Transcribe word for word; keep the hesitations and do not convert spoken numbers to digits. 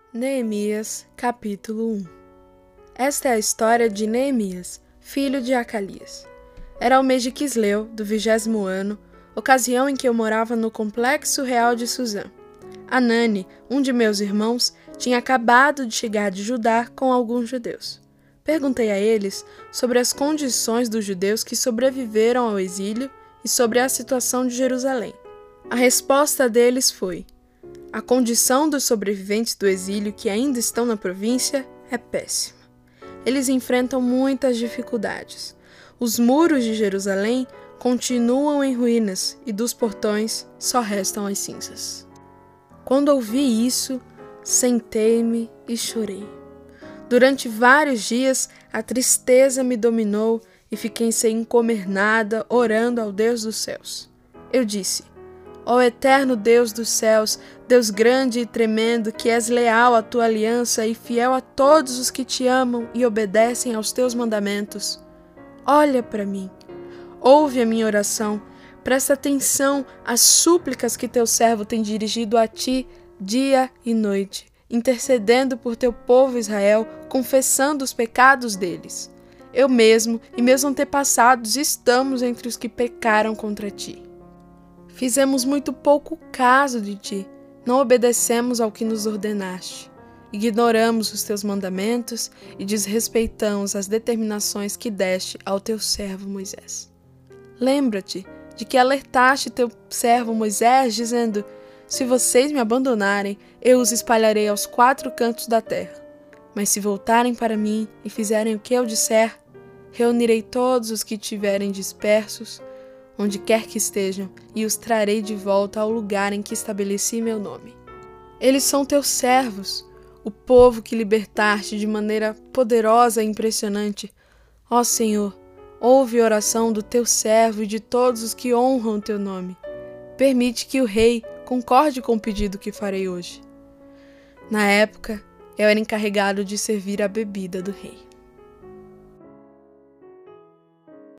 Neemias, capítulo um. Esta é a história de Neemias, filho de Acalias. Era o mês de Quisleu, do vigésimo ano, ocasião em que eu morava no complexo real de Suzã. Anani, um de meus irmãos, tinha acabado de chegar de Judá com alguns judeus. Perguntei a eles sobre as condições dos judeus que sobreviveram ao exílio e sobre a situação de Jerusalém. A resposta deles foi: a condição dos sobreviventes do exílio que ainda estão na província é péssima. Eles enfrentam muitas dificuldades. Os muros de Jerusalém continuam em ruínas e dos portões só restam as cinzas. Quando ouvi isso, sentei-me e chorei. Durante vários dias, a tristeza me dominou e fiquei sem comer nada, orando ao Deus dos céus. Eu disse: ó eterno Deus dos céus, Deus grande e tremendo, que és leal à tua aliança e fiel a todos os que te amam e obedecem aos teus mandamentos, olha para mim, ouve a minha oração, presta atenção às súplicas que teu servo tem dirigido a ti dia e noite, intercedendo por teu povo Israel, confessando os pecados deles. Eu mesmo e meus antepassados estamos entre os que pecaram contra ti. Fizemos muito pouco caso de ti, não obedecemos ao que nos ordenaste. Ignoramos os teus mandamentos e desrespeitamos as determinações que deste ao teu servo Moisés. Lembra-te de que alertaste teu servo Moisés, dizendo: se vocês me abandonarem, eu os espalharei aos quatro cantos da terra. Mas se voltarem para mim e fizerem o que eu disser, reunirei todos os que estiverem dispersos, onde quer que estejam, e os trarei de volta ao lugar em que estabeleci meu nome. Eles são teus servos, o povo que libertaste de maneira poderosa e impressionante. Ó Senhor, ouve a oração do teu servo e de todos os que honram o teu nome. Permite que o rei concorde com o pedido que farei hoje. Na época, eu era encarregado de servir a bebida do rei.